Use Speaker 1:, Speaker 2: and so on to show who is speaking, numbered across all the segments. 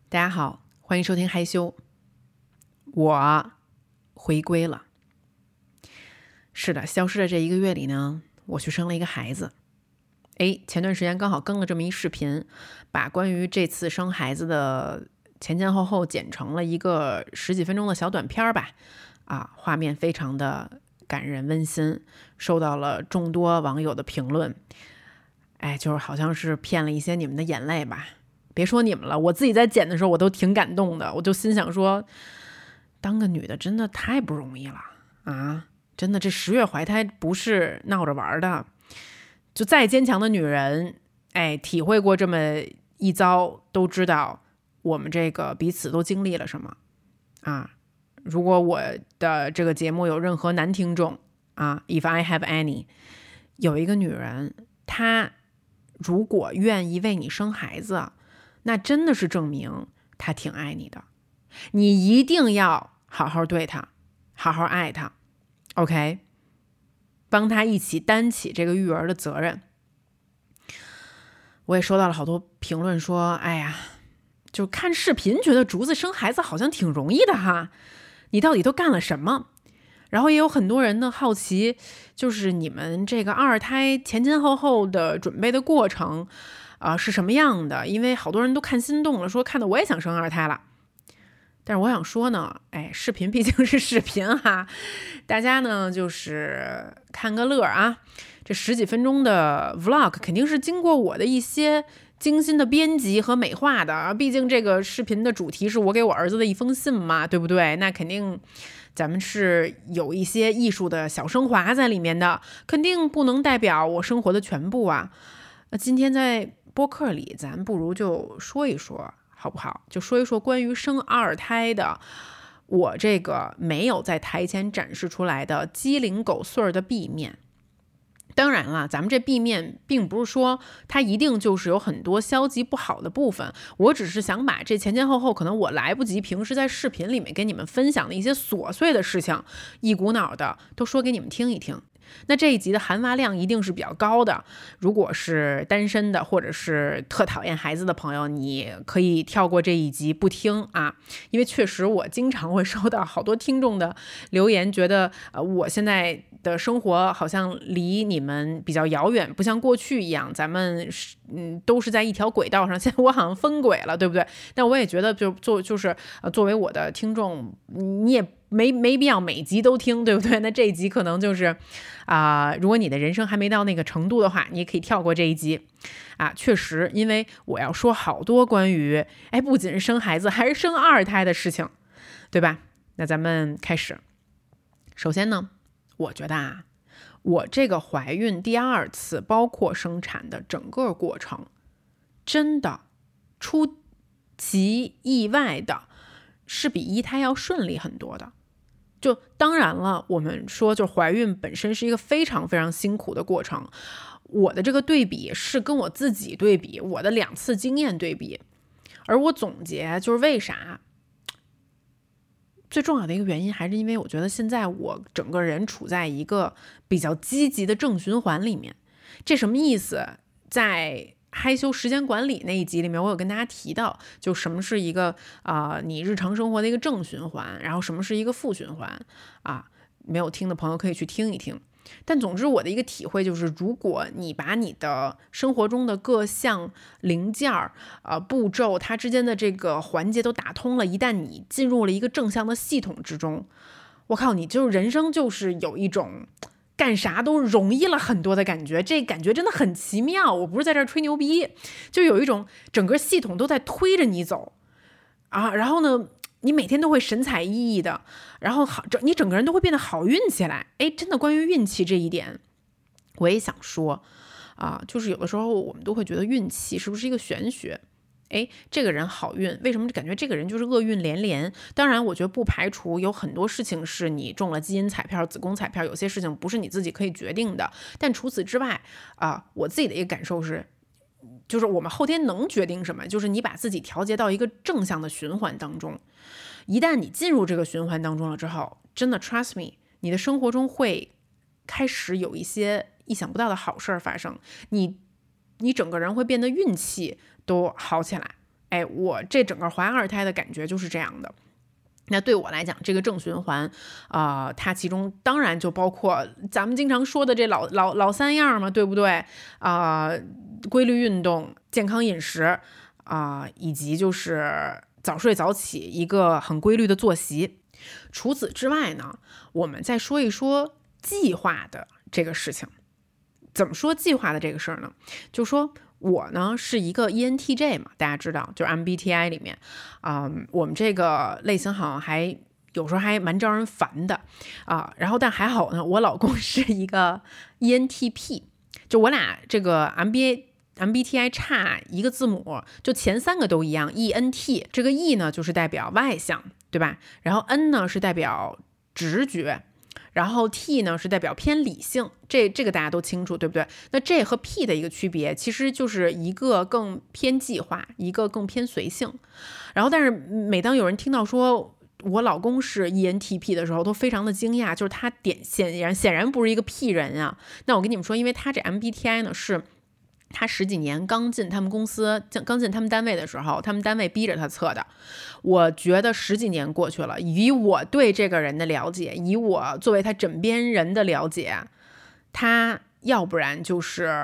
Speaker 1: 大家好，欢迎收听害羞，我回归了。是的，消失的这1个月里呢，我去生了一个孩子。前段时间刚好更了这么一视频，把关于这次生孩子的前前后后剪成了一个10几分钟的小短片吧。画面非常的感人温馨，受到了众多网友的评论。就是好像是骗了一些你们的眼泪吧。别说你们了，我自己在剪的时候我都挺感动的，我就心想说，当个女的真的太不容易了啊！真的，这10月怀胎不是闹着玩的，就再坚强的女人，体会过这么一遭，都知道我们这个彼此都经历了什么啊！如果我的这个节目有任何男听众，if I have any， 有一个女人，她如果愿意为你生孩子，那真的是证明他挺爱你的，你一定要好好对他，好好爱他 ，OK， 帮他一起担起这个育儿的责任。我也收到了好多评论说，就看视频觉得竹子生孩子好像挺容易的哈，你到底都干了什么？然后也有很多人呢好奇，就是你们这个2胎前前后后的准备的过程是什么样的？因为好多人都看心动了，说看的我也想生2胎了。但是我想说呢，视频毕竟是视频哈，大家呢就是看个乐啊。这10几分钟的 vlog 肯定是经过我的一些精心的编辑和美化的，毕竟这个视频的主题是我给我儿子的一封信嘛，对不对？那肯定咱们是有一些艺术的小升华在里面的，肯定不能代表我生活的全部啊。今天在播客里，咱不如就说一说好不好？就说一说关于生2胎的我这个没有在台前展示出来的鸡零狗碎的 B 面。当然了，咱们这 B 面并不是说它一定就是有很多消极不好的部分，我只是想把这前前后后可能我来不及平时在视频里面跟你们分享的一些琐碎的事情，一股脑的都说给你们听一听。那这一集的含娃量一定是比较高的，如果是单身的或者是特讨厌孩子的朋友，你可以跳过这一集不听啊，因为确实我经常会收到好多听众的留言，觉得我现在的生活好像离你们比较遥远，不像过去一样，咱们都是在一条轨道上，现在我好像分轨了，对不对？但我也觉得就是作为我的听众，你也没必要每集都听，对不对？那这一集可能就是如果你的人生还没到那个程度的话，你也可以跳过这一集确实，因为我要说好多关于不仅是生孩子，还是生2胎的事情，对吧？那咱们开始。首先呢，我觉得我这个怀孕第2次，包括生产的整个过程，真的出其意外的是比1胎要顺利很多的。就当然了，我们说就怀孕本身是一个非常非常辛苦的过程，我的这个对比是跟我自己对比，我的2次经验对比，而我总结就是为啥最重要的一个原因，还是因为我觉得现在我整个人处在一个比较积极的正循环里面。这什么意思？在害羞时间管理那一集里面，我有跟大家提到，就什么是一个你日常生活的一个正循环，然后什么是一个负循环没有听的朋友可以去听一听。但总之我的一个体会就是，如果你把你的生活中的各项零件步骤它之间的这个环节都打通了，一旦你进入了一个正向的系统之中，我靠，你就人生就是有一种干啥都容易了很多的感觉，这感觉真的很奇妙。我不是在这儿吹牛逼，就有一种整个系统都在推着你走然后呢你每天都会神采奕奕的，然后你整个人都会变得好运起来。真的关于运气这一点，我也想说就是有的时候我们都会觉得运气是不是一个玄学？这个人好运，为什么感觉这个人就是厄运连连？当然我觉得不排除有很多事情是你中了基因彩票、子宫彩票，有些事情不是你自己可以决定的。但除此之外我自己的一个感受是，就是我们后天能决定什么，就是你把自己调节到一个正向的循环当中。一旦你进入这个循环当中了之后，真的 trust me， 你的生活中会开始有一些意想不到的好事发生，你整个人会变得运气都好起来哎，我这整个怀二胎的感觉就是这样的。那对我来讲，这个正循环，它其中当然就包括咱们经常说的这老三样嘛，对不对？规律运动、健康饮食，以及就是早睡早起，一个很规律的作息。除此之外呢，我们再说一说计划的这个事情。怎么说计划的这个事儿呢？就说我呢是一个 ENTJ 嘛，大家知道，就是 MBTI 里面，我们这个类型好像有时候还蛮招人烦的然后但还好呢，我老公是一个 ENTP， 就我俩这个 MBTI 差一个字母，就前3个都一样 ENT， 这个 E 呢就是代表外向，对吧？然后 N 呢是代表直觉，然后 T 呢是代表偏理性，这个大家都清楚，对不对？那 J 和 P 的一个区别，其实就是一个更偏计划，一个更偏随性。然后但是每当有人听到说我老公是 ENTP 的时候，都非常的惊讶，就是他显然不是一个 P 人啊。那我跟你们说，因为他这 MBTI 呢是他10几年刚进他们公司，刚进他们单位的时候，他们单位逼着他测的。我觉得10几年过去了，以我对这个人的了解，以我作为他枕边人的了解，他要不然就是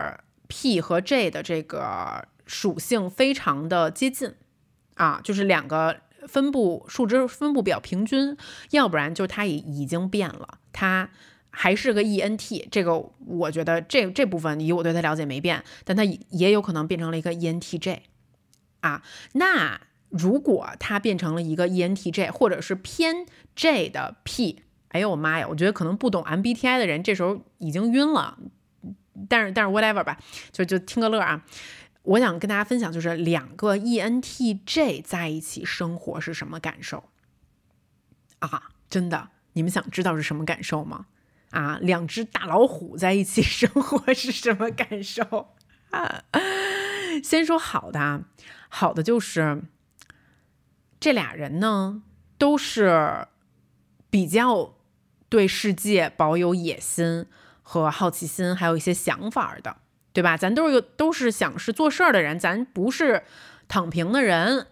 Speaker 1: P 和 J 的这个属性非常的接近就是两个数值分布比较平均，要不然就他已经变了，他还是个 ENT， 这个我觉得这部分以我对他了解没变，但他也有可能变成了一个 ENTJ 那如果他变成了一个 ENTJ 或者是偏 J 的 P， 哎呦我妈呀，我觉得可能不懂 MBTI 的人这时候已经晕了，但是 whatever 吧，就听个乐啊。我想跟大家分享，就是2个 ENTJ 在一起生活是什么感受真的，你们想知道是什么感受吗？2只大老虎在一起生活是什么感受先说好的，好的就是这俩人呢都是比较对世界保有野心和好奇心，还有一些想法的，对吧？咱都是想是做事儿的人，咱不是躺平的人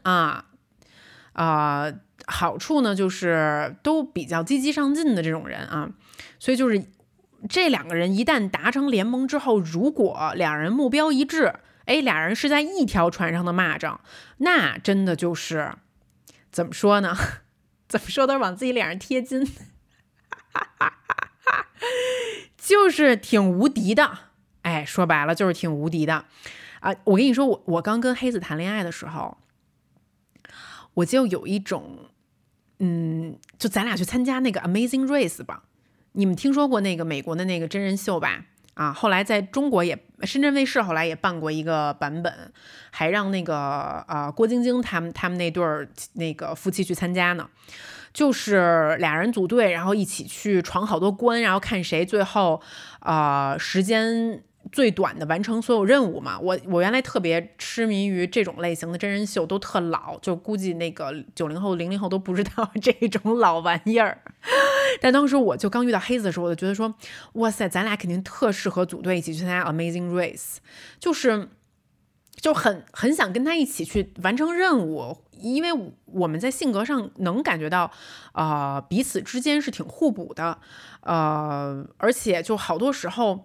Speaker 1: 好处呢就是都比较积极上进的这种人所以就是这2个人一旦达成联盟之后，如果2人目标一致，2人是在一条船上的蚂蚱，那真的就是怎么说呢？怎么说都是往自己脸上贴金就是挺无敌的，说白了就是挺无敌的我跟你说，我刚跟黑子谈恋爱的时候，我就有一种就咱俩去参加那个 Amazing Race 吧，你们听说过那个美国的那个真人秀吧？后来在中国深圳卫视后来也办过一个版本，还让那个郭晶晶他们那对那个夫妻去参加呢。就是2人组队，然后一起去闯好多关，然后看谁最后时间最短的完成所有任务嘛。我原来特别痴迷于这种类型的真人秀，都特老，就估计那个90后00后都不知道这种老玩意儿。但当时我就刚遇到黑子的时候，我就觉得说，哇塞，咱俩肯定特适合组队一起去参加 Amazing Race， 就很想跟他一起去完成任务，因为我们在性格上能感觉到彼此之间是挺互补的而且就好多时候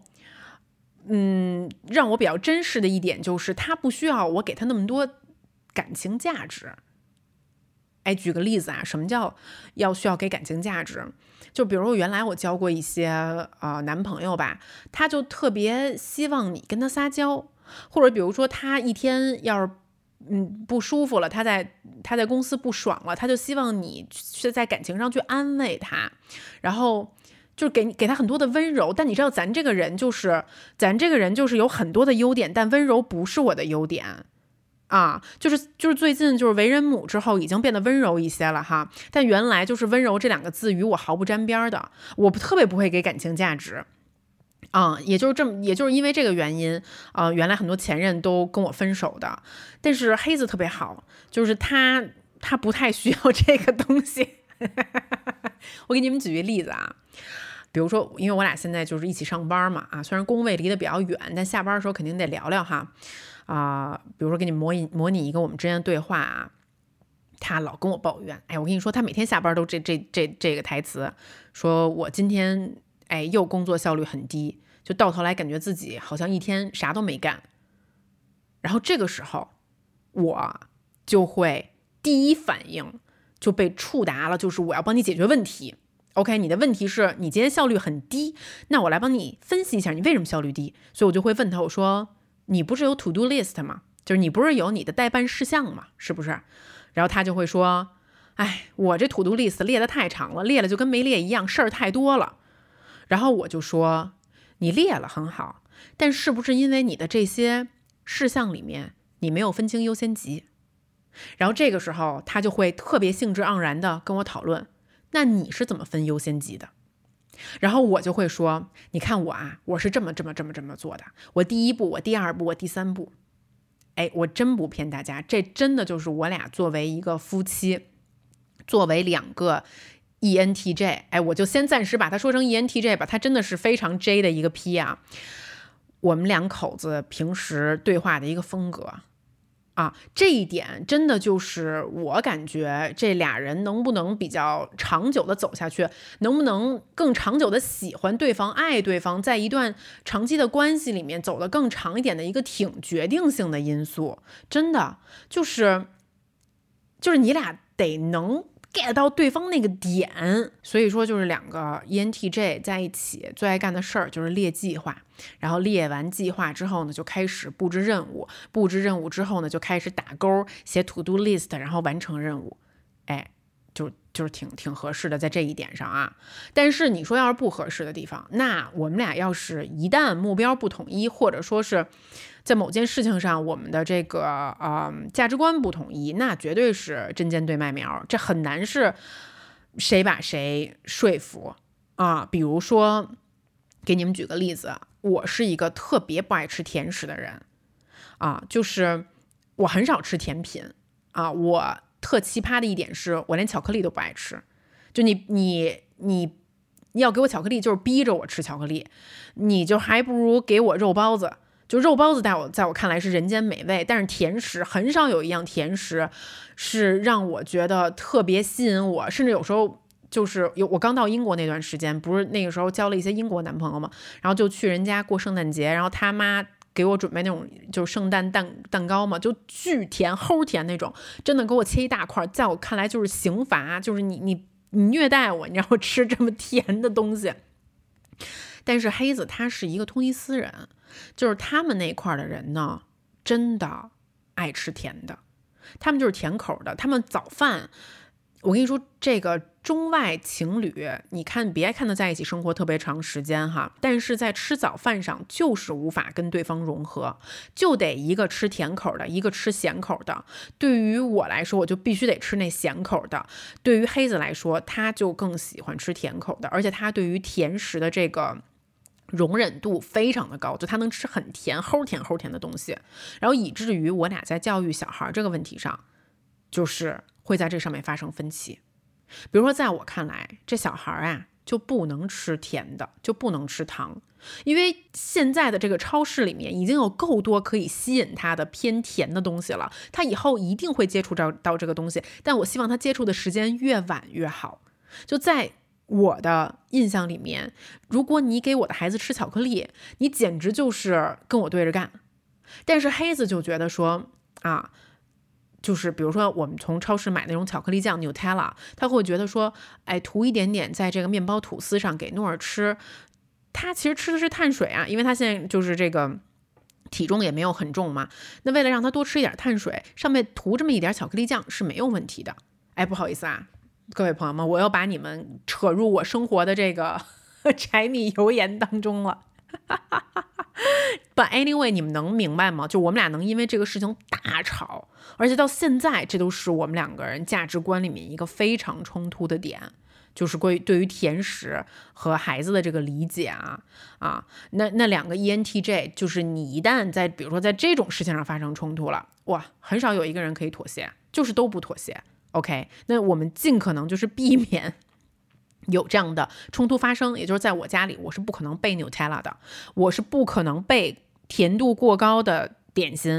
Speaker 1: 让我比较珍视的一点就是他不需要我给他那么多感情价值。举个例子什么叫需要给感情价值？就比如原来我交过一些男朋友吧，他就特别希望你跟他撒娇，或者比如说他一天要是不舒服了，他在公司不爽了，他就希望你是在感情上去安慰他，然后就给他很多的温柔。但你知道咱这个人就是有很多的优点，但温柔不是我的优点就是最近就是为人母之后已经变得温柔一些了哈，但原来就是温柔这2个字与我毫不沾边的，我特别不会给感情价值也就是因为这个原因原来很多前任都跟我分手的。但是黑子特别好，就是他不太需要这个东西我给你们举个例子比如说因为我俩现在就是一起上班嘛虽然工位离得比较远，但下班的时候肯定得聊聊哈比如说给你模拟一个我们之间的对话啊，他老跟我抱怨，哎，我跟你说，他每天下班都这个台词，说我今天又工作效率很低，就到头来感觉自己好像一天啥都没干。然后这个时候我就会第一反应就被触达了，就是我要帮你解决问题。OK， 你的问题是你今天效率很低，那我来帮你分析一下你为什么效率低。所以我就会问他，我说你不是有 to do list 吗？就是你不是有你的待办事项吗？是不是？然后他就会说，哎，我这 to do list 列得太长了，列了就跟没列一样，事儿太多了。然后我就说，你列了很好，但是不是因为你的这些事项里面你没有分清优先级？然后这个时候他就会特别兴致盎然的跟我讨论，那你是怎么分优先级的？然后我就会说，你看我啊，我是这么做的，我第一步，我第二步，我第三步。哎，我真不骗大家，这真的就是我俩作为一个夫妻，作为两个 ENTJ， 哎，我就先暂时把它说成 ENTJ 吧，它真的是非常 J 的一个 P 啊。我们两口子平时对话的一个风格啊，这一点真的就是我感觉这俩人能不能比较长久的走下去，能不能更长久的喜欢对方、爱对方，在一段长期的关系里面走得更长一点的一个挺决定性的因素。真的就是你俩得能get 到对方那个点。所以说就是两个 ENTJ 在一起最爱干的事儿就是列计划，然后列完计划之后呢就开始布置任务，布置任务之后呢就开始打勾写 to do list， 然后完成任务。哎，就是挺合适的在这一点上啊。但是你说要是不合适的地方，那我们俩要是一旦目标不统一，或者说是在某件事情上我们的这个价值观不统一，那绝对是针尖对麦苗，这很难是谁把谁说服啊。比如说给你们举个例子，我是一个特别不爱吃甜食的人啊，就是我很少吃甜品啊。我特奇葩的一点是我连巧克力都不爱吃，就你要给我巧克力就是逼着我吃巧克力，你就还不如给我肉包子。就肉包子在我看来是人间美味，但是甜食很少有一样甜食是让我觉得特别吸引我，甚至有时候就是我刚到英国那段时间，不是那个时候交了一些英国男朋友嘛，然后就去人家过圣诞节，然后他妈给我准备那种就是圣诞蛋糕嘛，就巨甜齁甜那种，真的给我切一大块，在我看来就是刑罚，就是你虐待我，你让我吃这么甜的东西。但是黑子他是一个突尼斯人，就是他们那块的人呢真的爱吃甜的，他们就是甜口的。他们早饭，我跟你说，这个中外情侣，你看别看他在一起生活特别长时间哈，但是在吃早饭上就是无法跟对方融合，就得一个吃甜口的，一个吃咸口的。对于我来说，我就必须得吃那咸口的。对于黑子来说，他就更喜欢吃甜口的，而且他对于甜食的这个容忍度非常的高，就他能吃很甜齁甜的东西，然后以至于我俩在教育小孩这个问题上，就是会在这上面发生分歧。比如说在我看来，这小孩啊就不能吃甜的，就不能吃糖，因为现在的这个超市里面已经有够多可以吸引他的偏甜的东西了，他以后一定会接触到这个东西，但我希望他接触的时间越晚越好。就在我的印象里面，如果你给我的孩子吃巧克力，你简直就是跟我对着干。但是黑子就觉得说啊，就是比如说我们从超市买那种巧克力酱 Nutella， 他会觉得说，哎，涂一点点在这个面包吐司上给诺尔吃，他其实吃的是碳水啊，因为他现在就是这个体重也没有很重嘛，那为了让他多吃一点碳水，上面涂这么一点巧克力酱是没有问题的。哎，不好意思啊，各位朋友们，我又把你们扯入我生活的这个柴米油盐当中了。But anyway， 你们能明白吗？就我们俩能因为这个事情大吵，而且到现在这都是我们两个人价值观里面一个非常冲突的点，就是对于甜食和孩子的这个理解那两个 ENTJ， 就是你一旦在比如说在这种事情上发生冲突了，哇，很少有一个人可以妥协，就是都不妥协。OK， 那我们尽可能就是避免有这样的冲突发生，也就是在我家里，我是不可能备 Nutella 的，我是不可能备甜度过高的点心，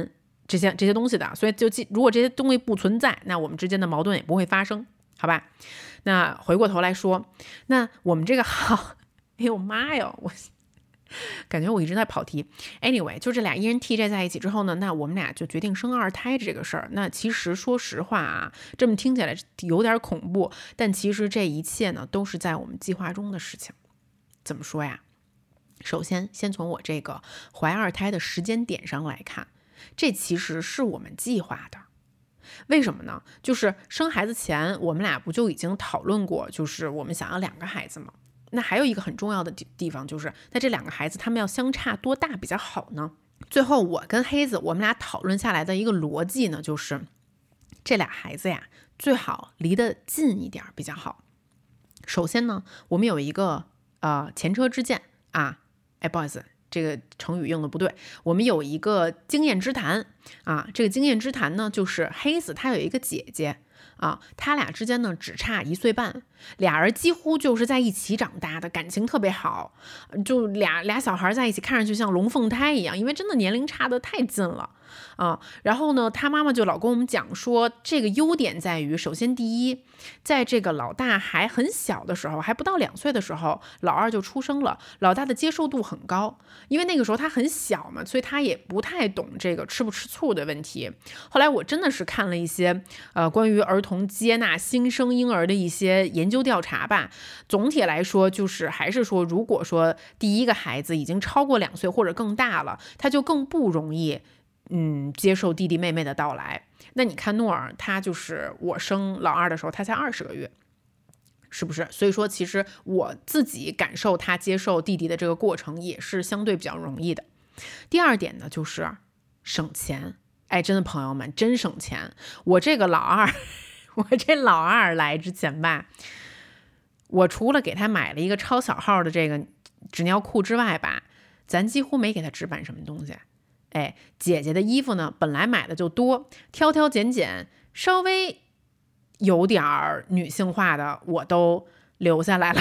Speaker 1: 这些东西的，所以如果这些东西不存在，那我们之间的矛盾也不会发生，好吧？那回过头来说，那我们这个好，哎呦妈呀，我感觉我一直在跑题。Anyway， 就这俩 ENTJ 在一起之后呢，那我们俩就决定生二胎这个事儿。那其实说实话啊，这么听起来有点恐怖，但其实这一切呢都是在我们计划中的事情。怎么说呀？首先，先从我这个怀二胎的时间点上来看，这其实是我们计划的。为什么呢？就是生孩子前，我们俩不就已经讨论过，就是我们想要2个孩子吗？那还有一个很重要的地方就是，那这2个孩子他们要相差多大比较好呢？最后我跟黑子我们俩讨论下来的一个逻辑呢，就是这俩孩子呀，最好离得近一点比较好。首先呢，我们有一个前车之鉴啊，不好意思，这个成语用的不对。我们有一个经验之谈啊，这个经验之谈呢，就是黑子他有一个姐姐啊，他俩之间呢只差1岁半，俩人几乎就是在一起长大的，感情特别好，就俩小孩在一起看上去像龙凤胎一样，因为真的年龄差得太近了啊。然后呢，他妈妈就老跟我们讲说，这个优点在于，首先第一，在这个老大还很小的时候，还不到2岁的时候，老二就出生了，老大的接受度很高，因为那个时候他很小嘛，所以他也不太懂这个吃不吃醋的问题。后来我真的是看了一些关于儿童接纳新生婴儿的一些研究调查吧，总体来说就是还是说，如果说第一个孩子已经超过2岁或者更大了，他就更不容易接受弟弟妹妹的到来。那你看诺尔，他就是我生老二的时候他才20个月，是不是？所以说其实我自己感受他接受弟弟的这个过程也是相对比较容易的。第二点呢，就是省钱。真的朋友们，真省钱。我这老二来之前吧，我除了给他买了一个超小号的这个纸尿裤之外吧，咱几乎没给他置办什么东西。姐姐的衣服呢，本来买的就多，挑挑拣拣，稍微有点女性化的我都留下来了。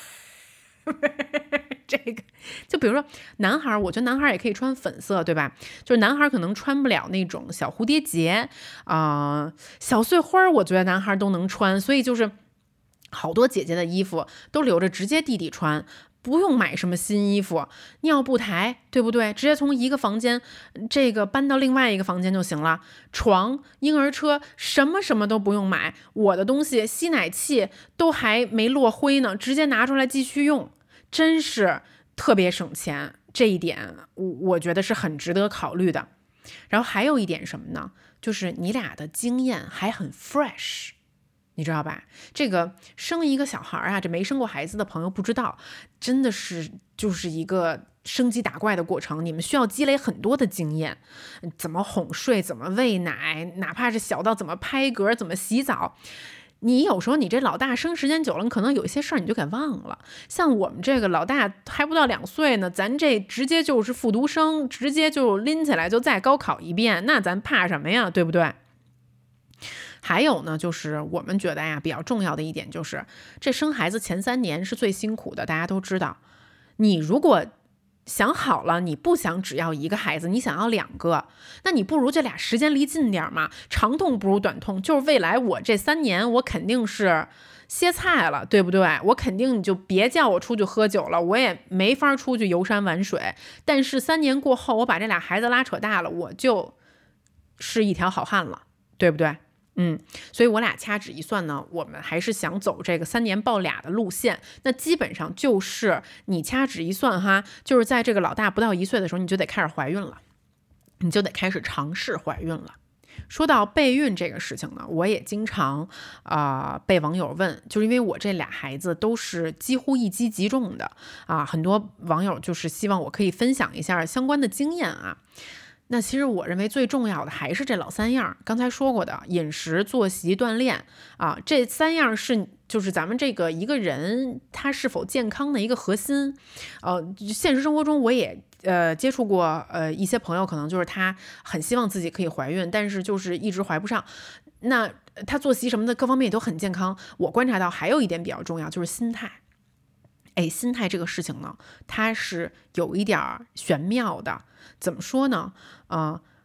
Speaker 1: 这个就比如说男孩，我觉得男孩也可以穿粉色，对吧？就是男孩可能穿不了那种小蝴蝶结小碎花，我觉得男孩都能穿，所以就是好多姐姐的衣服都留着直接弟弟穿，不用买什么新衣服，尿布台，对不对？直接从一个房间这个搬到另外一个房间就行了。床、婴儿车，什么都不用买。我的东西，吸奶器都还没落灰呢，直接拿出来继续用，真是特别省钱。这一点我觉得是很值得考虑的。然后还有一点什么呢？就是你俩的经验还很 fresh。你知道吧？这个生一个小孩啊，这没生过孩子的朋友不知道，真的是就是一个升级打怪的过程。你们需要积累很多的经验，怎么哄睡，怎么喂奶，哪怕是小到怎么拍嗝，怎么洗澡。你有时候你这老大生时间久了，你可能有一些事儿你就给忘了。像我们这个老大还不到2岁呢，咱这直接就是复读生，直接就拎起来就再高考一遍，那咱怕什么呀？对不对？还有呢，就是我们觉得呀，比较重要的一点就是，这生孩子前3年是最辛苦的，大家都知道。你如果想好了，你不想只要1个孩子，你想要2个，那你不如这俩时间离近点嘛，长痛不如短痛。就是未来我这3年，我肯定是歇菜了，对不对？我肯定你就别叫我出去喝酒了，我也没法出去游山玩水。但是3年过后，我把这俩孩子拉扯大了，我就是一条好汉了，对不对？所以我俩掐指一算呢，我们还是想走这个3年抱俩的路线。那基本上就是你掐指一算哈，就是在这个老大不到1岁的时候，你就得开始怀孕了，你就得开始尝试怀孕了。说到备孕这个事情呢，我也经常被网友问，就是因为我这俩孩子都是几乎一击即中的很多网友就是希望我可以分享一下相关的经验啊。那其实我认为最重要的还是这老3样，刚才说过的饮食、作息、锻炼这3样就是咱们这个一个人他是否健康的一个核心。现实生活中我也接触过一些朋友，可能就是他很希望自己可以怀孕，但是就是一直怀不上。那他作息什么的各方面也都很健康。我观察到还有一点比较重要，就是心态。心态这个事情呢，它是有一点玄妙的。怎么说呢？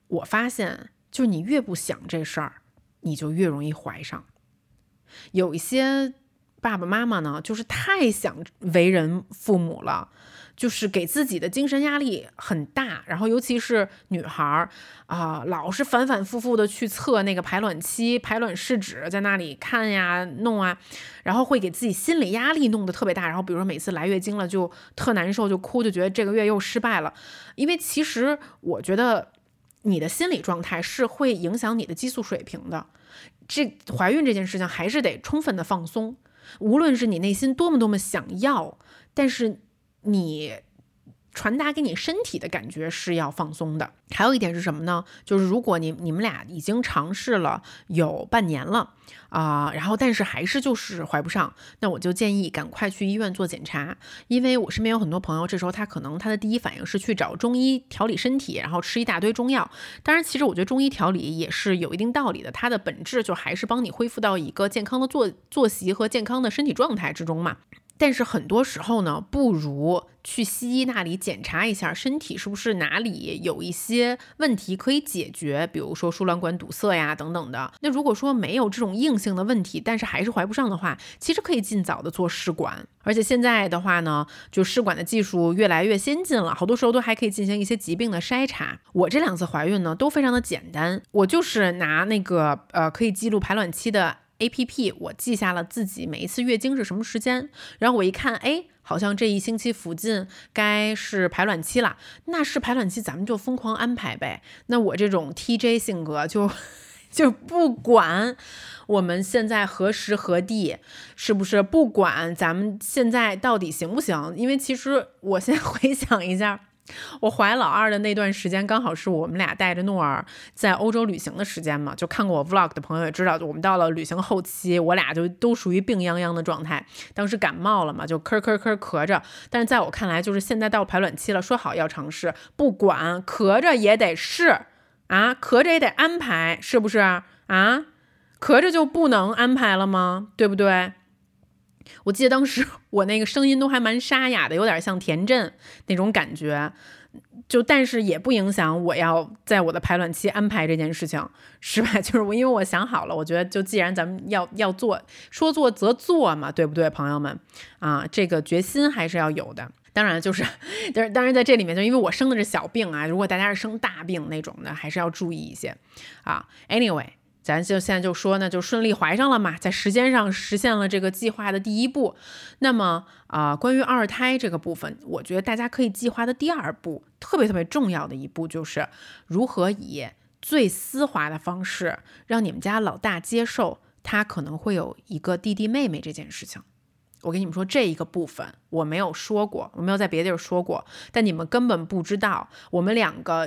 Speaker 1: 我发现就是你越不想这事儿，你就越容易怀上。有一些爸爸妈妈呢，就是太想为人父母了，就是给自己的精神压力很大，然后尤其是女孩老是反反复复的去测那个排卵期、排卵试纸，在那里看呀、弄啊，然后会给自己心理压力弄得特别大，然后比如说每次来月经了就特难受，就哭，就觉得这个月又失败了。因为其实我觉得你的心理状态是会影响你的激素水平的。怀孕这件事情还是得充分的放松，无论是你内心多么想要，但是你传达给你身体的感觉是要放松的。还有一点是什么呢？就是如果你们俩已经尝试了有半年了然后但是还是就是怀不上，那我就建议赶快去医院做检查。因为我身边有很多朋友，这时候他可能他的第一反应是去找中医调理身体，然后吃一大堆中药。当然其实我觉得中医调理也是有一定道理的，它的本质就还是帮你恢复到一个健康的作息和健康的身体状态之中嘛。但是很多时候呢，不如去西医那里检查一下身体是不是哪里有一些问题可以解决，比如说输卵管堵塞呀等等的。那如果说没有这种硬性的问题，但是还是怀不上的话，其实可以尽早的做试管。而且现在的话呢，就试管的技术越来越先进了，好多时候都还可以进行一些疾病的筛查。我这2次怀孕呢都非常的简单，我就是拿那个可以记录排卵期的APP， 我记下了自己每一次月经是什么时间，然后我一看，好像这1星期附近该是排卵期了，那是排卵期咱们就疯狂安排呗。那我这种 TJ 性格就不管我们现在何时何地，是不是不管咱们现在到底行不行。因为其实我现在回想一下，我怀老2的那段时间，刚好是我们俩带着诺尔在欧洲旅行的时间嘛。就看过我 vlog 的朋友也知道，我们到了旅行后期，我俩就都属于病殃殃的状态。当时感冒了嘛，就咳着。但是在我看来，就是现在到排卵期了，说好要尝试，不管咳着也得试啊，咳着也得安排，是不是啊？咳着就不能安排了吗？对不对？我记得当时我那个声音都还蛮沙哑的，有点像田震那种感觉，但是也不影响我要在我的排卵期安排这件事情，是吧？就是因为我想好了，我觉得就既然咱们要做，说做则做嘛，对不对，朋友们这个决心还是要有的。当然当然在这里面，就因为我生的是小病如果大家是生大病那种的，还是要注意一些Anyway，咱就现在就说呢，就顺利怀上了嘛，在时间上实现了这个计划的第1步。那么关于2胎这个部分，我觉得大家可以计划的第2步，特别重要的一步，就是如何以最丝滑的方式让你们家老大接受他可能会有一个弟弟妹妹这件事情。我跟你们说，这一个部分我没有说过，我没有在别的地儿说过，但你们根本不知道，我们2个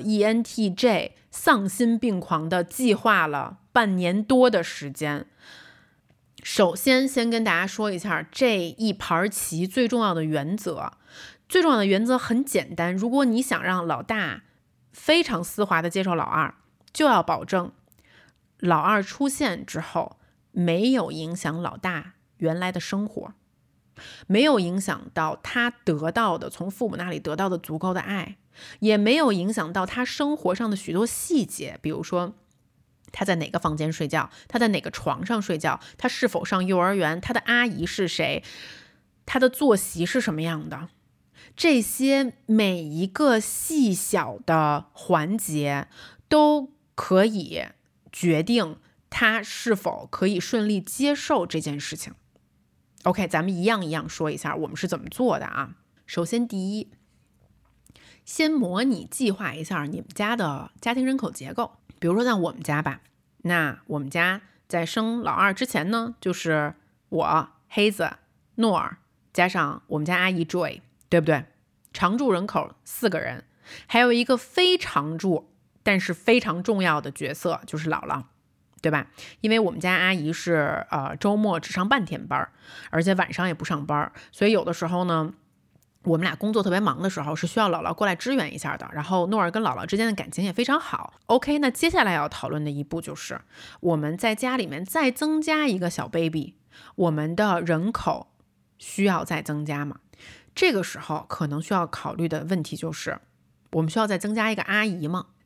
Speaker 1: ENTJ 丧心病狂的计划了半年多的时间。首先跟大家说一下这一盘棋最重要的原则。最重要的原则很简单，如果你想让老大非常丝滑的接受老2，就要保证老2出现之后没有影响老大原来的生活，没有影响到他得到的从父母那里得到的足够的爱，也没有影响到他生活上的许多细节，比如说他在哪个房间睡觉，他在哪个床上睡觉，他是否上幼儿园，他的阿姨是谁，他的作息是什么样的。这些每一个细小的环节都可以决定他是否可以顺利接受这件事情。OK， 咱们一样一样说一下我们是怎么做的首先第一，先模拟计划一下你们家的家庭人口结构。比如说像我们家吧，那我们家在生老2之前呢，就是我、黑子、诺尔加上我们家阿姨 Joy， 对不对？常住人口4个人，还有一个非常住但是非常重要的角色，就是姥姥，对吧？因为我们家阿姨是周末只上半天班，而且晚上也不上班，所以有的时候呢，我们俩工作特别忙的时候是需要姥姥过来支援一下的。然后诺尔跟姥姥之间的感情也非常好。OK， 那接下来要讨论的一步就是我们在家里面再增加一个小 baby， 我们的人口需要再增加吗？这个时候可能需要考虑的问题就是我们需要再增加一个阿姨吗？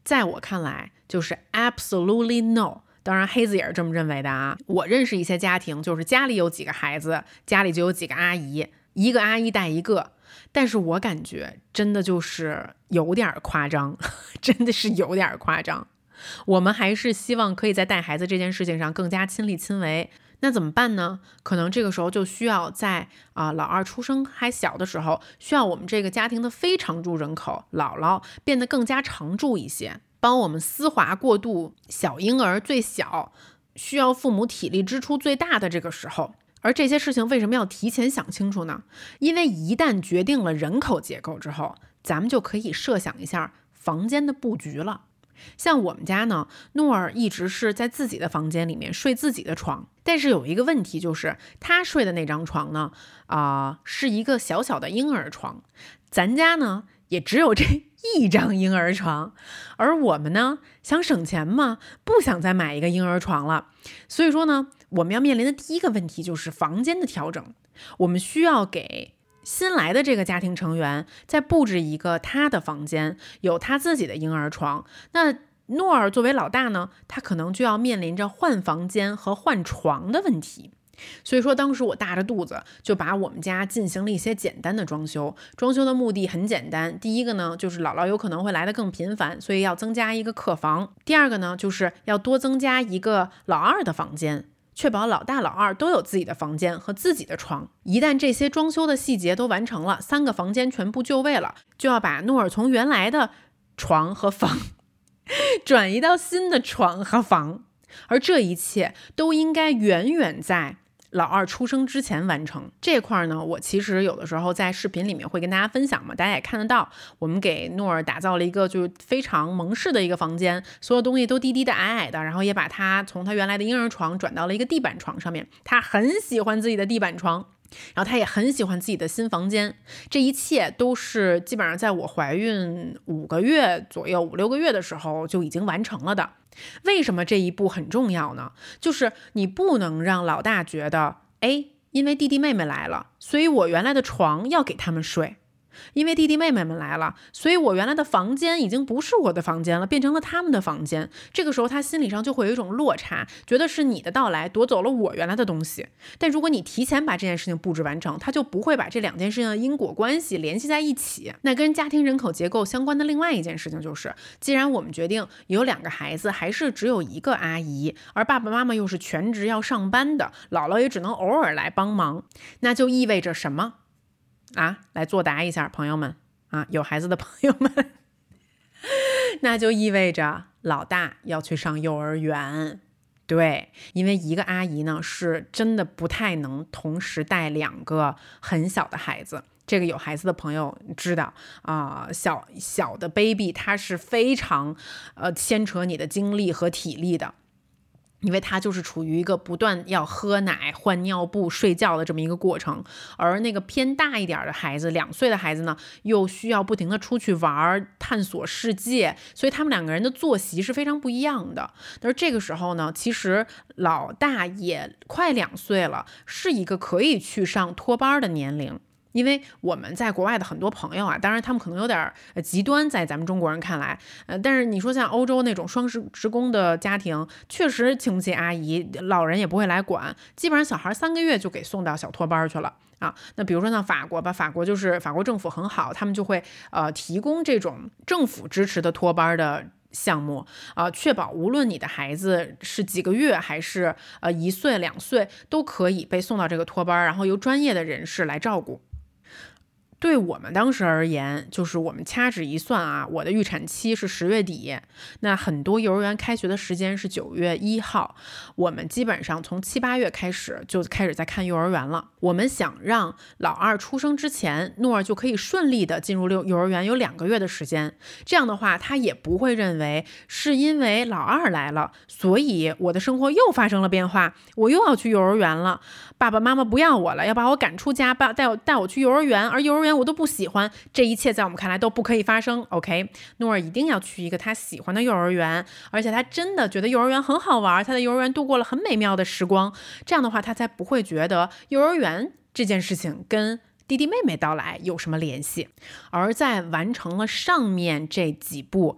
Speaker 1: 在我看来就是 absolutely no。当然黑子也是这么认为的啊。我认识一些家庭，就是家里有几个孩子，家里就有几个阿姨，一个阿姨带一个，但是我感觉真的就是有点夸张，真的是有点夸张。我们还是希望可以在带孩子这件事情上更加亲力亲为。那怎么办呢？可能这个时候就需要在老二出生还小的时候，需要我们这个家庭的非常住人口姥姥变得更加常住一些，帮我们丝滑过渡小婴儿最小，需要父母体力支出最大的这个时候。而这些事情为什么要提前想清楚呢？因为一旦决定了人口结构之后，咱们就可以设想一下房间的布局了。像我们家呢，诺尔一直是在自己的房间里面睡自己的床，但是有一个问题，就是他睡的那张床呢，是一个小小的婴儿床，咱家呢也只有这一张婴儿床，而我们呢想省钱嘛，不想再买一个婴儿床了，所以说呢，我们要面临的第一个问题就是房间的调整，我们需要给新来的这个家庭成员再布置一个他的房间，有他自己的婴儿床。那诺尔作为老大呢，他可能就要面临着换房间和换床的问题。所以说当时我大着肚子就把我们家进行了一些简单的装修。装修的目的很简单，第一个呢就是姥姥有可能会来得更频繁，所以要增加一个客房。第二个呢就是要多增加一个老二的房间，确保老大老二都有自己的房间和自己的床。一旦这些装修的细节都完成了，3个房间全部就位了，就要把诺尔从原来的床和房转移到新的床和房，而这一切都应该远远在老二出生之前完成。这块呢，我其实有的时候在视频里面会跟大家分享嘛，大家也看得到，我们给诺尔打造了一个就是非常蒙氏的一个房间，所有东西都低低的矮矮的，然后也把他从他原来的婴儿床转到了一个地板床上面，他很喜欢自己的地板床，然后他也很喜欢自己的新房间。这一切都是基本上在我怀孕5个月左右5、6个月的时候就已经完成了的。为什么这一步很重要呢？就是你不能让老大觉得因为弟弟妹妹来了，所以我原来的床要给他们睡，因为弟弟妹妹们来了，所以我原来的房间已经不是我的房间了，变成了他们的房间。这个时候他心理上就会有一种落差，觉得是你的到来夺走了我原来的东西。但如果你提前把这件事情布置完成，他就不会把这2件事情的因果关系联系在一起。那跟家庭人口结构相关的另外一件事情就是，既然我们决定有2个孩子，还是只有1个阿姨，而爸爸妈妈又是全职要上班的，姥姥也只能偶尔来帮忙，那就意味着什么来作答一下，朋友们有孩子的朋友们那就意味着老大要去上幼儿园。对，因为一个阿姨呢是真的不太能同时带2个很小的孩子，这个有孩子的朋友知道小的 baby 它是非常牵扯你的精力和体力的，因为他就是处于一个不断要喝奶、换尿布、睡觉的这么一个过程，而那个偏大一点的孩子，2岁的孩子呢，又需要不停的出去玩、探索世界，所以他们2个人的作息是非常不一样的。但是这个时候呢，其实老大也快2岁了，是一个可以去上托班的年龄。因为我们在国外的很多朋友当然他们可能有点极端，在咱们中国人看来，但是你说像欧洲那种双职工的家庭，确实请不起阿姨，老人也不会来管，基本上小孩3个月就给送到小托班去了那比如说像法国吧，法国政府很好，他们就会提供这种政府支持的托班的项目确保无论你的孩子是几个月还是1岁2岁，都可以被送到这个托班，然后由专业的人士来照顾。对我们当时而言，就是我们掐指一算我的预产期是10月底，那很多幼儿园开学的时间是9月1号，我们基本上从7、8月开始就开始在看幼儿园了。我们想让老二出生之前，诺尔就可以顺利的进入幼儿园，有2个月的时间，这样的话他也不会认为是因为老二来了，所以我的生活又发生了变化，我又要去幼儿园了，爸爸妈妈不要我了，要把我赶出家，带我去幼儿园，而幼儿园我都不喜欢，这一切在我们看来都不可以发生。 OK， 诺尔一定要去一个他喜欢的幼儿园，而且他真的觉得幼儿园很好玩，他在幼儿园度过了很美妙的时光，这样的话他才不会觉得幼儿园这件事情跟弟弟妹妹到来有什么联系。而在完成了上面这几步，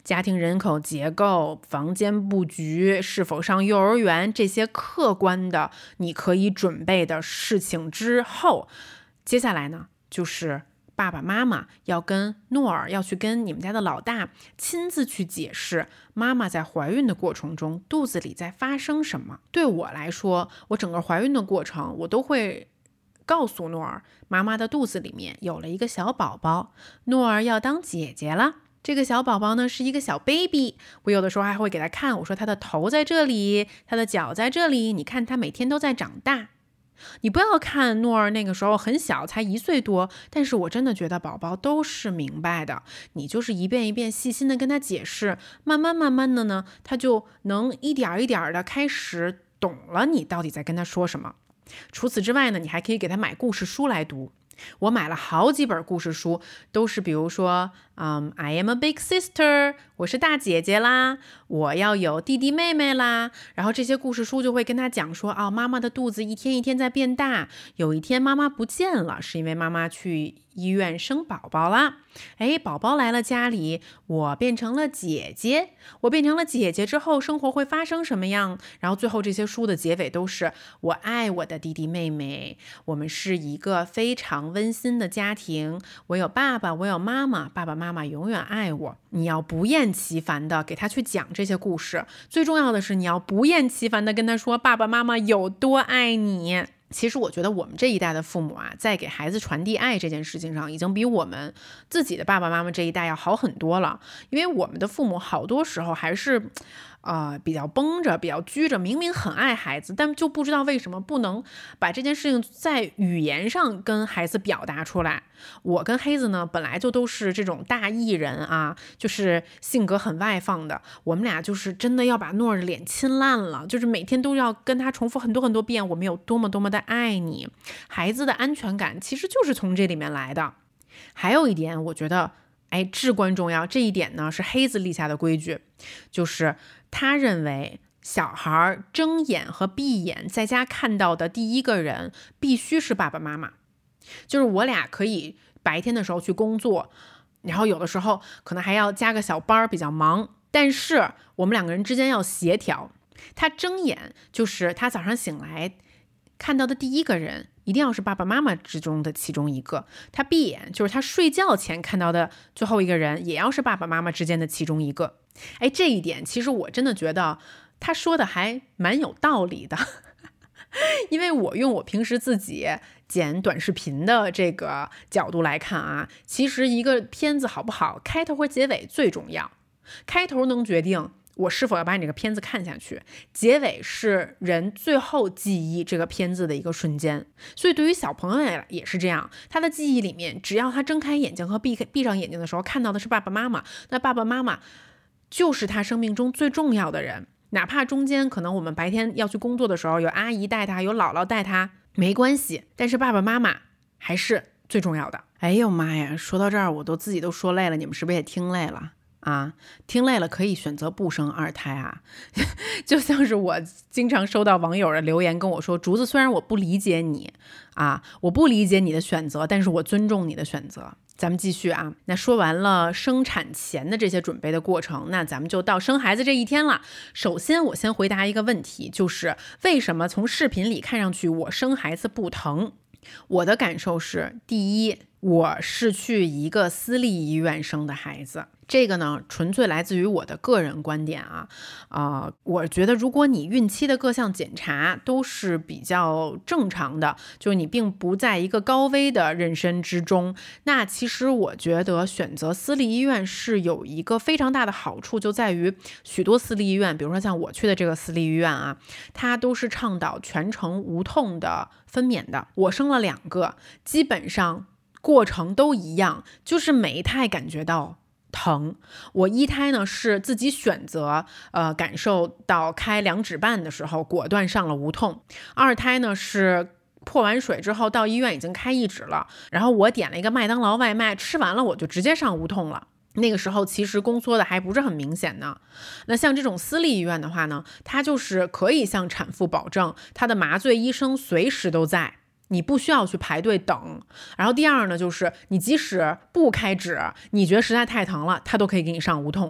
Speaker 1: 家庭人口结构、房间布局、是否上幼儿园，这些客观的你可以准备的事情之后，接下来呢，就是爸爸妈妈要跟诺尔要去跟你们家的老大亲自去解释妈妈在怀孕的过程中肚子里在发生什么。对我来说，我整个怀孕的过程我都会告诉诺尔，妈妈的肚子里面有了一个小宝宝，诺尔要当姐姐了。这个小宝宝呢是一个小 baby， 我有的时候还会给他看，我说他的头在这里，他的脚在这里，你看他每天都在长大。你不要看诺尔那个时候很小，才1岁多，但是我真的觉得宝宝都是明白的，你就是一遍一遍细心的跟他解释，慢慢的呢，他就能一点一点的开始懂了你到底在跟他说什么。除此之外呢，你还可以给他买故事书来读。我买了好几本故事书，都是比如说I am a big sister， 我是大姐姐啦，我要有弟弟妹妹啦。然后这些故事书就会跟他讲说，妈妈的肚子一天一天在变大，有一天妈妈不见了，是因为妈妈去医院生宝宝啦。宝宝来了家里，我变成了姐姐，我变成了姐姐之后，生活会发生什么样？然后最后这些书的结尾都是我爱我的弟弟妹妹，我们是一个非常温馨的家庭，我有爸爸，我有妈妈，爸爸妈妈永远爱我。你要不厌其烦的给他去讲这些故事，最重要的是你要不厌其烦的跟他说爸爸妈妈有多爱你。其实我觉得我们这一代的父母啊，在给孩子传递爱这件事情上，已经比我们自己的爸爸妈妈这一代要好很多了。因为我们的父母好多时候还是比较绷着，比较拘着，明明很爱孩子，但就不知道为什么不能把这件事情在语言上跟孩子表达出来。我跟黑子呢，本来就都是这种大艺人啊，就是性格很外放的，我们俩就是真的要把诺尔的脸亲烂了，就是每天都要跟他重复很多遍，我们有多么多么的爱你。孩子的安全感其实就是从这里面来的。还有一点我觉得至关重要，这一点呢是黑子立下的规矩，就是他认为小孩睁眼和闭眼在家看到的第一个人必须是爸爸妈妈。就是我俩可以白天的时候去工作，然后有的时候可能还要加个小班比较忙，但是我们两个人之间要协调。他睁眼就是他早上醒来看到的第一个人一定要是爸爸妈妈之中的其中一个，他闭眼就是他睡觉前看到的最后一个人也要是爸爸妈妈之间的其中一个。这一点其实我真的觉得他说的还蛮有道理的因为我用我平时自己剪短视频的这个角度来看啊，其实一个片子好不好，开头和结尾最重要。开头能决定我是否要把你这个片子看下去，结尾是人最后记忆这个片子的一个瞬间。所以对于小朋友也是这样，他的记忆里面只要他睁开眼睛和闭上眼睛的时候看到的是爸爸妈妈，那爸爸妈妈就是他生命中最重要的人。哪怕中间可能我们白天要去工作的时候有阿姨带他，有姥姥带他，没关系，但是爸爸妈妈还是最重要的。哎呦妈呀，说到这儿我自己都说累了，你们是不是也听累了啊？听累了可以选择不生二胎啊就像是我经常收到网友的留言跟我说，竹子，虽然我不理解你啊，我不理解你的选择，但是我尊重你的选择。咱们继续啊，那说完了生产前的这些准备的过程，那咱们就到生孩子这一天了。首先我先回答一个问题，就是为什么从视频里看上去我生孩子不疼？我的感受是，第一，我是去一个私立医院生的孩子，这个呢纯粹来自于我的个人观点啊。我觉得如果你孕期的各项检查都是比较正常的，就是你并不在一个高危的妊娠之中，那其实我觉得选择私立医院是有一个非常大的好处，就在于许多私立医院，比如说像我去的这个私立医院啊，它都是倡导全程无痛的分娩的。我生了2个，基本上过程都一样，就是每一胎感觉到疼。我1胎呢是自己选择感受到开2指半的时候果断上了无痛，2胎呢是破完水之后到医院已经开1指了，然后我点了一个麦当劳外卖，吃完了我就直接上无痛了。那个时候其实宫缩的还不是很明显呢。那像这种私立医院的话呢，它就是可以向产妇保证它的麻醉医生随时都在，你不需要去排队等。然后第二呢，就是你即使不开指，你觉得实在太疼了，他都可以给你上无痛。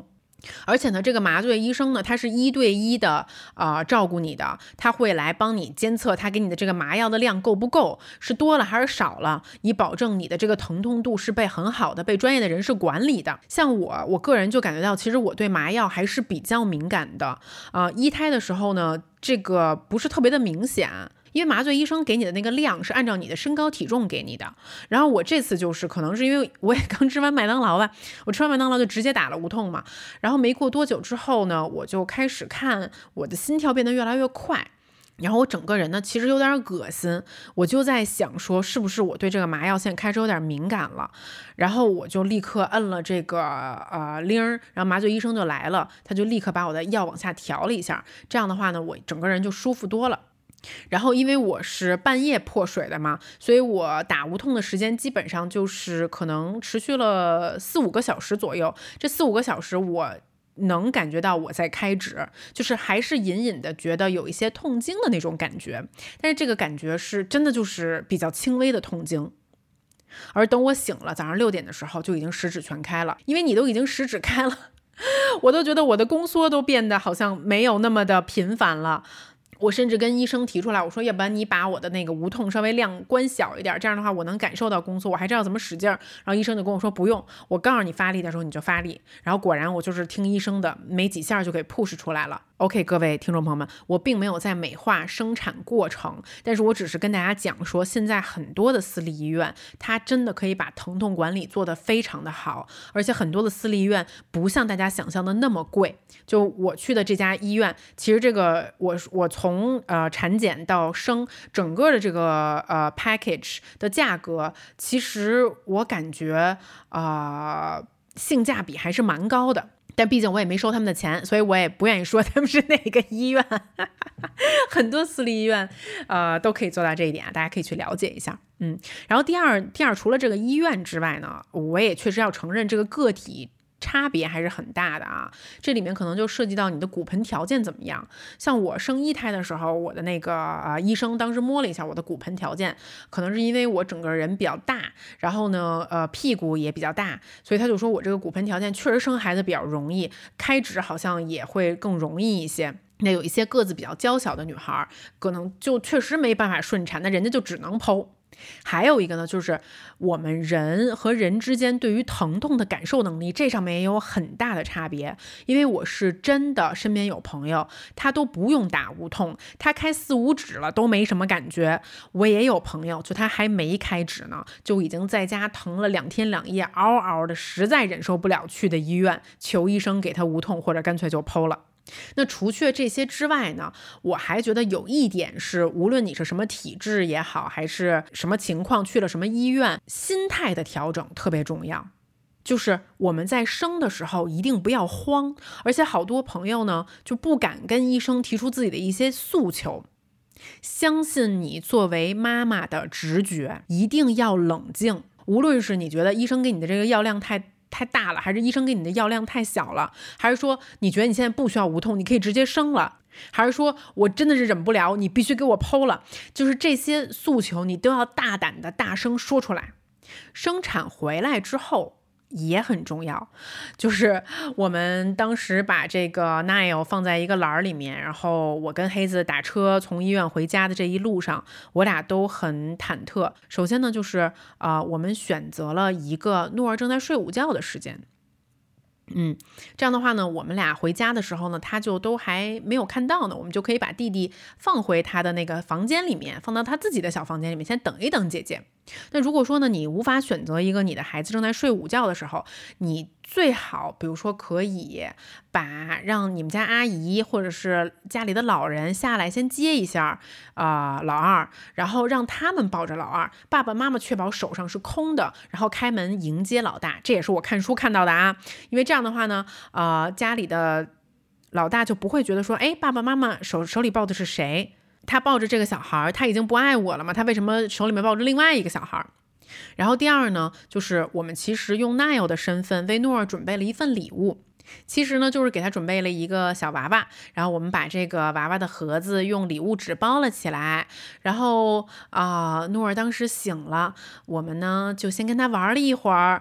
Speaker 1: 而且呢，这个麻醉医生呢，他是1对1的照顾你的，他会来帮你监测他给你的这个麻药的量够不够，是多了还是少了，以保证你的这个疼痛度是被很好的被专业的人士管理的。像我个人就感觉到，其实我对麻药还是比较敏感的。一胎的时候呢，这个不是特别的明显。因为麻醉医生给你的那个量是按照你的身高体重给你的，然后我这次就是可能是因为我也刚吃完麦当劳吧，我吃完麦当劳就直接打了无痛嘛，然后没过多久之后呢，我就开始看我的心跳变得越来越快，然后我整个人呢其实有点恶心，我就在想说是不是我对这个麻药现在开始有点敏感了，然后我就立刻摁了这个铃，然后麻醉医生就来了，他就立刻把我的药往下调了一下，这样的话呢，我整个人就舒服多了。然后因为我是半夜破水的嘛，所以我打无痛的时间基本上就是可能持续了4-5个小时左右，这4-5个小时我能感觉到我在开指，就是还是隐隐的觉得有一些痛经的那种感觉，但是这个感觉是真的就是比较轻微的痛经。而等我醒了，早上6点的时候就已经十指全开了，因为你都已经十指开了，我都觉得我的宫缩都变得好像没有那么的频繁了。我甚至跟医生提出来，我说要不然你把我的那个无痛稍微量关小一点，这样的话我能感受到宫缩，我还知道怎么使劲。然后医生就跟我说不用，我告诉你发力的时候你就发力。然后果然我就是听医生的，没几下就给 push 出来了。OK， 各位听众朋友们，我并没有在美化生产过程，但是我只是跟大家讲说，现在很多的私立医院，它真的可以把疼痛管理做得非常的好，而且很多的私立医院不像大家想象的那么贵。就我去的这家医院，其实这个我从产检到生整个的这个package 的价格，其实我感觉性价比还是蛮高的。但毕竟我也没收他们的钱，所以我也不愿意说他们是哪个医院很多私立医院都可以做到这一点，大家可以去了解一下。然后第二除了这个医院之外呢，我也确实要承认这个个体差别还是很大的啊，这里面可能就涉及到你的骨盆条件怎么样。像我生1胎的时候，我的那个医生当时摸了一下我的骨盆条件，可能是因为我整个人比较大，然后呢屁股也比较大，所以他就说我这个骨盆条件确实生孩子比较容易，开指好像也会更容易一些。那有一些个子比较娇小的女孩，可能就确实没办法顺产，那人家就只能剖。还有一个呢，就是我们人和人之间对于疼痛的感受能力，这上面也有很大的差别。因为我是真的身边有朋友，他都不用打无痛，他开4-5指了都没什么感觉。我也有朋友，就他还没开指呢，就已经在家疼了2天2夜，嗷嗷的，实在忍受不了，去的医院求医生给他无痛，或者干脆就剖了。那除却这些之外呢，我还觉得有一点是，无论你是什么体质也好，还是什么情况去了什么医院，心态的调整特别重要。就是我们在生的时候一定不要慌，而且好多朋友呢就不敢跟医生提出自己的一些诉求。相信你作为妈妈的直觉，一定要冷静。无论是你觉得医生给你的这个药量太大了，还是医生给你的药量太小了，还是说你觉得你现在不需要无痛，你可以直接生了，还是说我真的是忍不了，你必须给我剖了，就是这些诉求你都要大胆的大声说出来。生产回来之后也很重要，就是我们当时把这个 Nile 放在一个篮里面，然后我跟黑子打车从医院回家的这一路上，我俩都很忐忑。首先呢，就是我们选择了一个诺尔正在睡午觉的时间。这样的话呢，我们俩回家的时候呢，他就都还没有看到呢，我们就可以把弟弟放回他的那个房间里面，放到他自己的小房间里面，先等一等姐姐。那如果说呢，你无法选择一个你的孩子正在睡午觉的时候，你最好比如说可以让你们家阿姨或者是家里的老人下来先接一下老二，然后让他们抱着老二，爸爸妈妈确保手上是空的，然后开门迎接老大。这也是我看书看到的啊，因为这样的话呢家里的老大就不会觉得说，哎，爸爸妈妈手里抱的是谁，他抱着这个小孩，他已经不爱我了吗？他为什么手里面抱着另外一个小孩？然后第二呢，就是我们其实用 Nile 的身份为诺尔准备了一份礼物，其实呢就是给他准备了一个小娃娃，然后我们把这个娃娃的盒子用礼物纸包了起来，然后诺尔当时醒了，我们呢就先跟他玩了一会儿，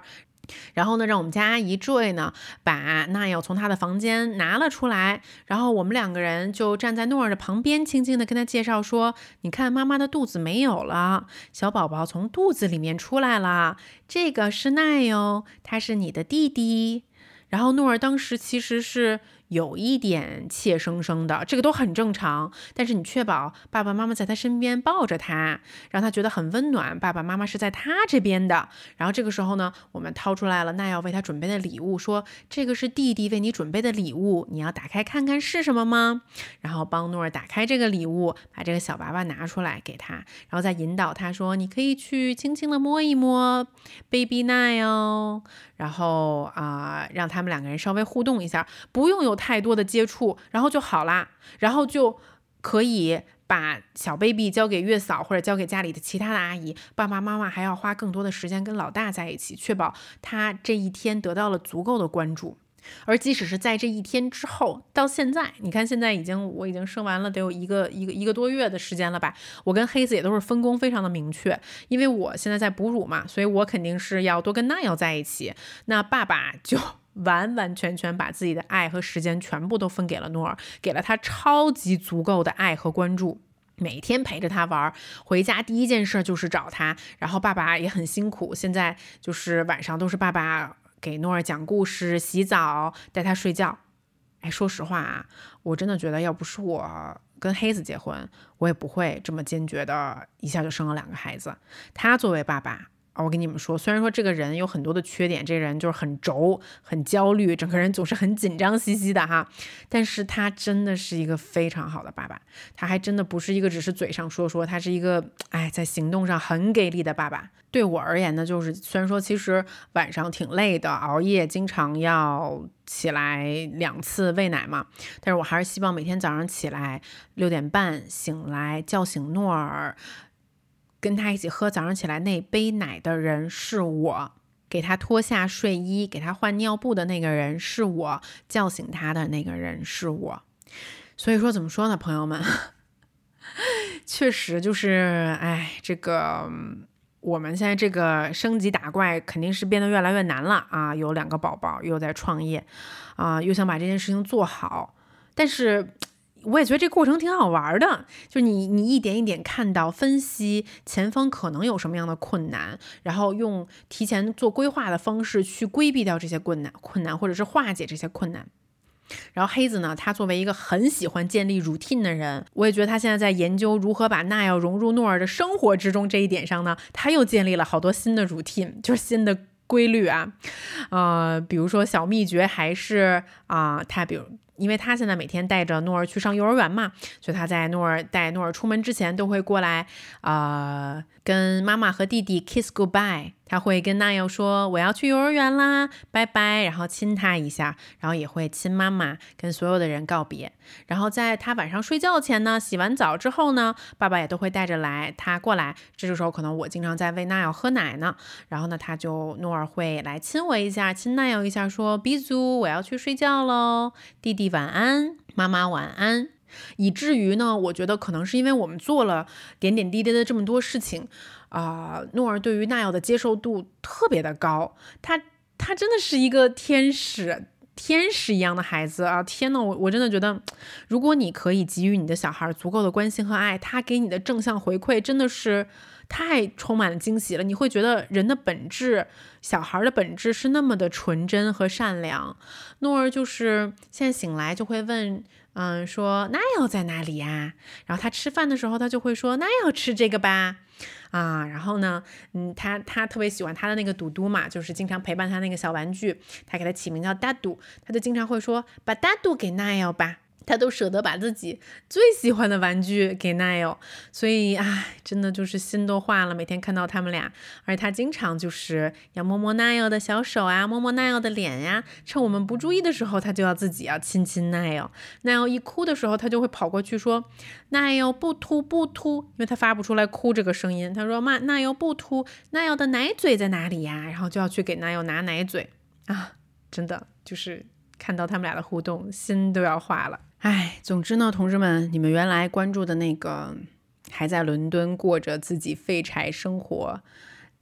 Speaker 1: 然后呢，让我们家阿姨 Joy 呢把Niall从他的房间拿了出来，然后我们2个人就站在诺尔的旁边，轻轻地跟他介绍说：“你看，妈妈的肚子没有了，小宝宝从肚子里面出来了，这个是Niall，他是你的弟弟。”然后诺尔当时其实是有一点怯生生的，这个都很正常，但是你确保爸爸妈妈在他身边抱着他，让他觉得很温暖，爸爸妈妈是在他这边的。然后这个时候呢，我们掏出来了奈要为他准备的礼物，说这个是弟弟为你准备的礼物，你要打开看看是什么吗？然后帮诺尔打开这个礼物，把这个小娃娃拿出来给他，然后再引导他说你可以去轻轻的摸一摸 baby Niall，然后让他们2个人稍微互动一下，不用有太多的接触，然后就好啦，然后就可以把小 baby 交给月嫂或者交给家里的其他的阿姨，爸爸妈妈还要花更多的时间跟老大在一起，确保他这一天得到了足够的关注。而即使是在这一天之后，到现在，你看现在我已经生完了得有一个多月的时间了吧，我跟黑子也都是分工非常的明确，因为我现在在哺乳嘛，所以我肯定是要多跟Niall在一起，那爸爸就完完全全把自己的爱和时间全部都分给了诺尔，给了他超级足够的爱和关注，每天陪着他玩，回家第一件事就是找他，然后爸爸也很辛苦，现在就是晚上都是爸爸给诺尔讲故事、洗澡、带他睡觉。说实话啊，我真的觉得要不是我跟黑子结婚，我也不会这么坚决的一下就生了2个孩子。他作为爸爸，我跟你们说，虽然说这个人有很多的缺点，这个人就是很轴、很焦虑，整个人总是很紧张兮兮的哈，但是他真的是一个非常好的爸爸，他还真的不是一个只是嘴上说说，他是一个在行动上很给力的爸爸。对我而言呢，就是虽然说其实晚上挺累的，熬夜经常要起来2次喂奶嘛，但是我还是希望每天早上起来6点半醒来，叫醒诺尔，跟他一起喝早上起来那杯奶的人是我，给他脱下睡衣给他换尿布的那个人是我，叫醒他的那个人是我。所以说怎么说呢，朋友们，确实就是这个我们现在这个升级打怪肯定是变得越来越难了啊！有2个宝宝，又在创业又想把这件事情做好，但是我也觉得这个过程挺好玩的，就你一点一点看到分析前方可能有什么样的困难，然后用提前做规划的方式去规避掉这些困难或者是化解这些困难。然后黑子呢，他作为一个很喜欢建立 routine 的人，我也觉得他现在在研究如何把Niall融入诺尔的生活之中这一点上呢，他又建立了好多新的 routine， 就是新的规律比如说小秘诀还是因为他现在每天带着诺尔去上幼儿园嘛，所以他在带诺尔出门之前都会过来跟妈妈和弟弟 kiss goodbye， 他会跟Niall说我要去幼儿园啦，拜拜，然后亲他一下，然后也会亲妈妈，跟所有的人告别。然后在他晚上睡觉前呢，洗完澡之后呢，爸爸也都会带着他过来，这个时候可能我经常在喂Niall喝奶呢，然后呢诺尔会来亲我一下，亲Niall一下，说 Bisou， 我要去睡觉咯，弟弟晚安，妈妈晚安。以至于呢，我觉得可能是因为我们做了点点滴滴的这么多事情诺尔对于Niall的接受度特别的高，他真的是一个天使一样的孩子天哪，我真的觉得如果你可以给予你的小孩足够的关心和爱，他给你的正向回馈真的是太充满了惊喜了。你会觉得人的本质，小孩的本质是那么的纯真和善良。诺尔就是现在醒来就会问说Niall在哪里呀？然后他吃饭的时候他就会说Niall吃这个吧然后呢他特别喜欢他的那个嘟嘟嘛，就是经常陪伴他那个小玩具，他给他起名叫大嘟，他就经常会说把大嘟给Niall吧，他都舍得把自己最喜欢的玩具给Niall，所以真的就是心都化了，每天看到他们俩。而他经常就是要摸摸Niall的小手摸摸Niall的脸呀，趁我们不注意的时候，他就要自己亲亲Niall一哭的时候，他就会跑过去说Niall不哭不哭，因为他发不出来哭这个声音，他说Niall不哭，Niall的奶嘴在哪里呀？然后就要去给Niall拿奶嘴真的就是看到他们俩的互动，心都要化了。总之呢，同志们，你们原来关注的那个还在伦敦过着自己废柴生活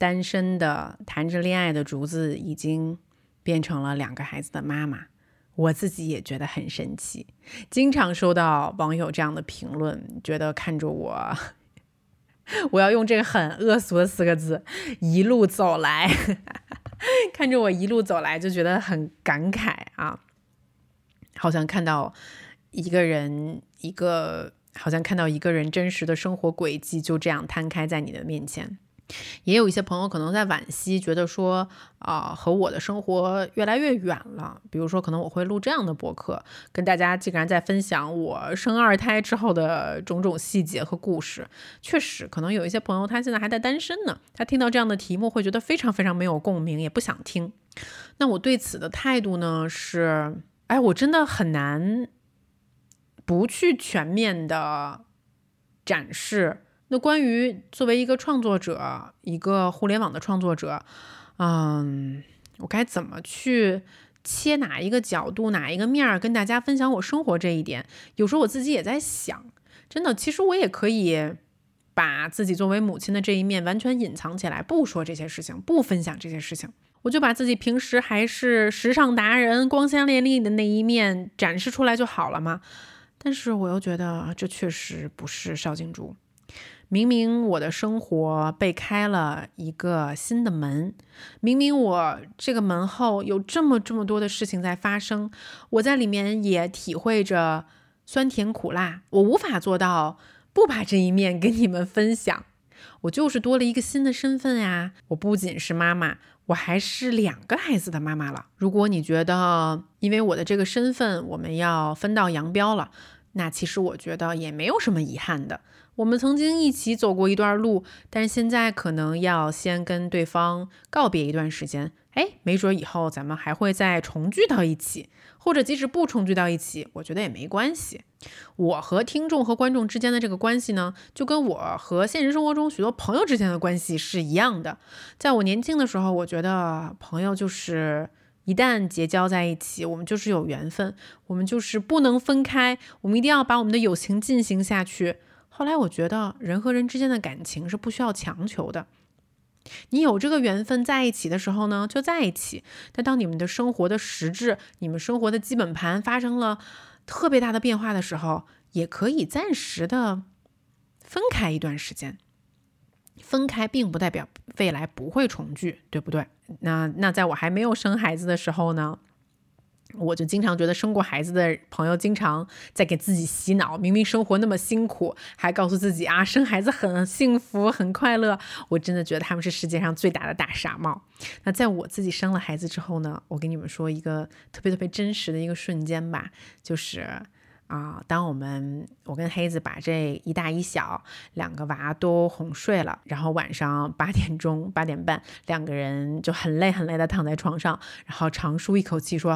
Speaker 1: 单身的谈着恋爱的竹子已经变成了2个孩子的妈妈，我自己也觉得很神奇。经常收到网友这样的评论，觉得看着我要用这个很恶俗的4个字一路走来看着我一路走来就觉得很感慨啊，好像看到一个人真实的生活轨迹就这样摊开在你的面前。也有一些朋友可能在惋惜，觉得说和我的生活越来越远了。比如说可能我会录这样的播客，跟大家竟然在分享我生2胎之后的种种细节和故事。确实可能有一些朋友他现在还在单身呢，他听到这样的题目会觉得非常非常没有共鸣，也不想听。那我对此的态度呢是，我真的很难不去全面的展示。那关于作为一个创作者，一个互联网的创作者，我该怎么去切哪一个角度哪一个面跟大家分享我生活这一点，有时候我自己也在想，真的其实我也可以把自己作为母亲的这一面完全隐藏起来，不说这些事情，不分享这些事情，我就把自己平时还是时尚达人光鲜亮丽的那一面展示出来就好了嘛。但是我又觉得这确实不是邵静珠。明明我的生活被开了一个新的门，明明我这个门后有这么多的事情在发生，我在里面也体会着酸甜苦辣，我无法做到不把这一面跟你们分享。我就是多了一个新的身份呀，我不仅是妈妈，我还是2个孩子的妈妈了。如果你觉得因为我的这个身份我们要分道扬镳了，那其实我觉得也没有什么遗憾的。我们曾经一起走过一段路，但是现在可能要先跟对方告别一段时间，没准以后咱们还会再重聚到一起，或者即使不重聚到一起，我觉得也没关系。我和听众和观众之间的这个关系呢，就跟我和现实生活中许多朋友之间的关系是一样的。在我年轻的时候，我觉得朋友就是一旦结交在一起，我们就是有缘分，我们就是不能分开，我们一定要把我们的友情进行下去。后来我觉得人和人之间的感情是不需要强求的，你有这个缘分在一起的时候呢，就在一起。但当你们的生活的实质，你们生活的基本盘发生了特别大的变化的时候，也可以暂时的分开一段时间。分开并不代表未来不会重聚，对不对？那在我还没有生孩子的时候呢，我就经常觉得生过孩子的朋友经常在给自己洗脑，明明生活那么辛苦，还告诉自己生孩子很幸福很快乐。我真的觉得他们是世界上最大的大傻帽。那在我自己生了孩子之后呢，我跟你们说一个特别真实的一个瞬间吧，就是当我跟黑子把这一大一小2个娃都哄睡了，然后晚上8点半2个人就很累的躺在床上，然后长舒一口气说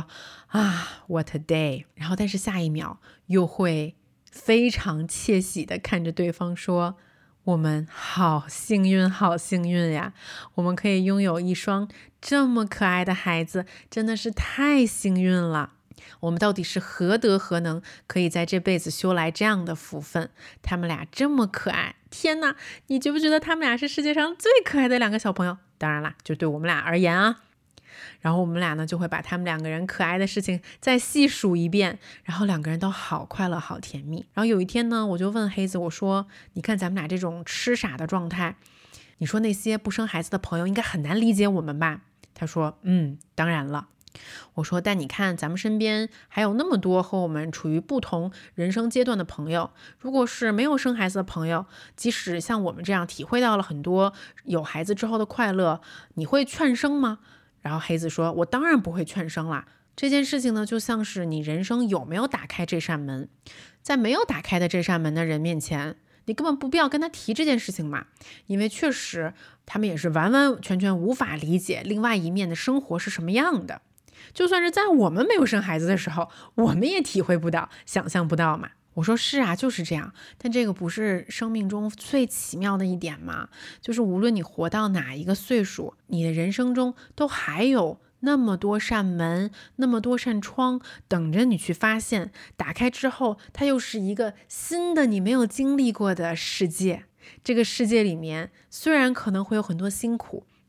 Speaker 1: what a day， 然后但是下一秒又会非常窃喜的看着对方说，我们好幸运呀，我们可以拥有一双这么可爱的孩子，真的是太幸运了。我们到底是何德何能，可以在这辈子修来这样的福分？他们俩这么可爱，天哪，你觉不觉得他们俩是世界上最可爱的2个小朋友？当然啦，就对我们俩而言啊。然后我们俩呢就会把他们2个人可爱的事情再细数一遍，然后2个人都好快乐好甜蜜。然后有一天呢，我就问黑子，我说你看咱们俩这种痴傻的状态，你说那些不生孩子的朋友应该很难理解我们吧？他说当然了。我说但你看咱们身边还有那么多和我们处于不同人生阶段的朋友，如果是没有生孩子的朋友，即使像我们这样体会到了很多有孩子之后的快乐，你会劝生吗？然后黑子说，我当然不会劝生啦。这件事情呢，就像是你人生有没有打开这扇门，在没有打开的这扇门的人面前，你根本不必要跟他提这件事情嘛，因为确实他们也是完完全全无法理解另外一面的生活是什么样的。就算是在我们没有生孩子的时候，我们也体会不到想象不到嘛。我说是啊，就是这样，但这个不是生命中最奇妙的一点吗？就是无论你活到哪一个岁数，你的人生中都还有那么多扇门，那么多扇窗等着你去发现，打开之后它又是一个新的你没有经历过的世界。这个世界里面虽然可能会有很多辛苦，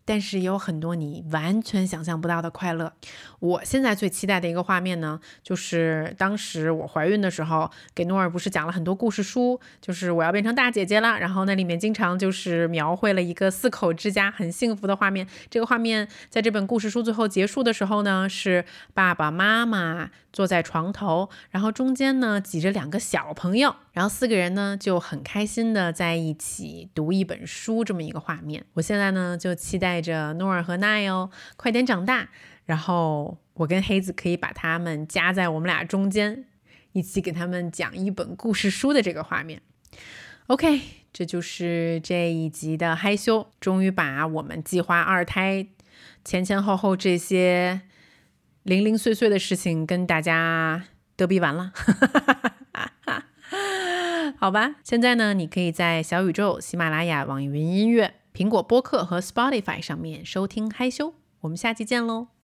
Speaker 1: 但是也有很多你完全想象不到的快乐。我现在最期待的一个画面呢，就是当时我怀孕的时候，给诺尔不是讲了很多故事书，就是我要变成大姐姐了，然后那里面经常就是描绘了一个4口之家很幸福的画面。这个画面在这本故事书最后结束的时候呢，是爸爸妈妈坐在床头，然后中间呢挤着2个小朋友，然后4个人呢就很开心的在一起读一本书，这么一个画面。我现在呢就期待着诺尔和奈哦快点长大，然后我跟黑子可以把他们夹在我们俩中间，一起给他们讲一本故事书的这个画面。OK， 这就是这一集的害羞，终于把我们计划2胎前后这些零零碎碎的事情跟大家嘚逼完了。好吧，现在呢，你可以在小宇宙、喜马拉雅、网易云音乐、苹果播客和 Spotify 上面收听害羞。我们下期见喽。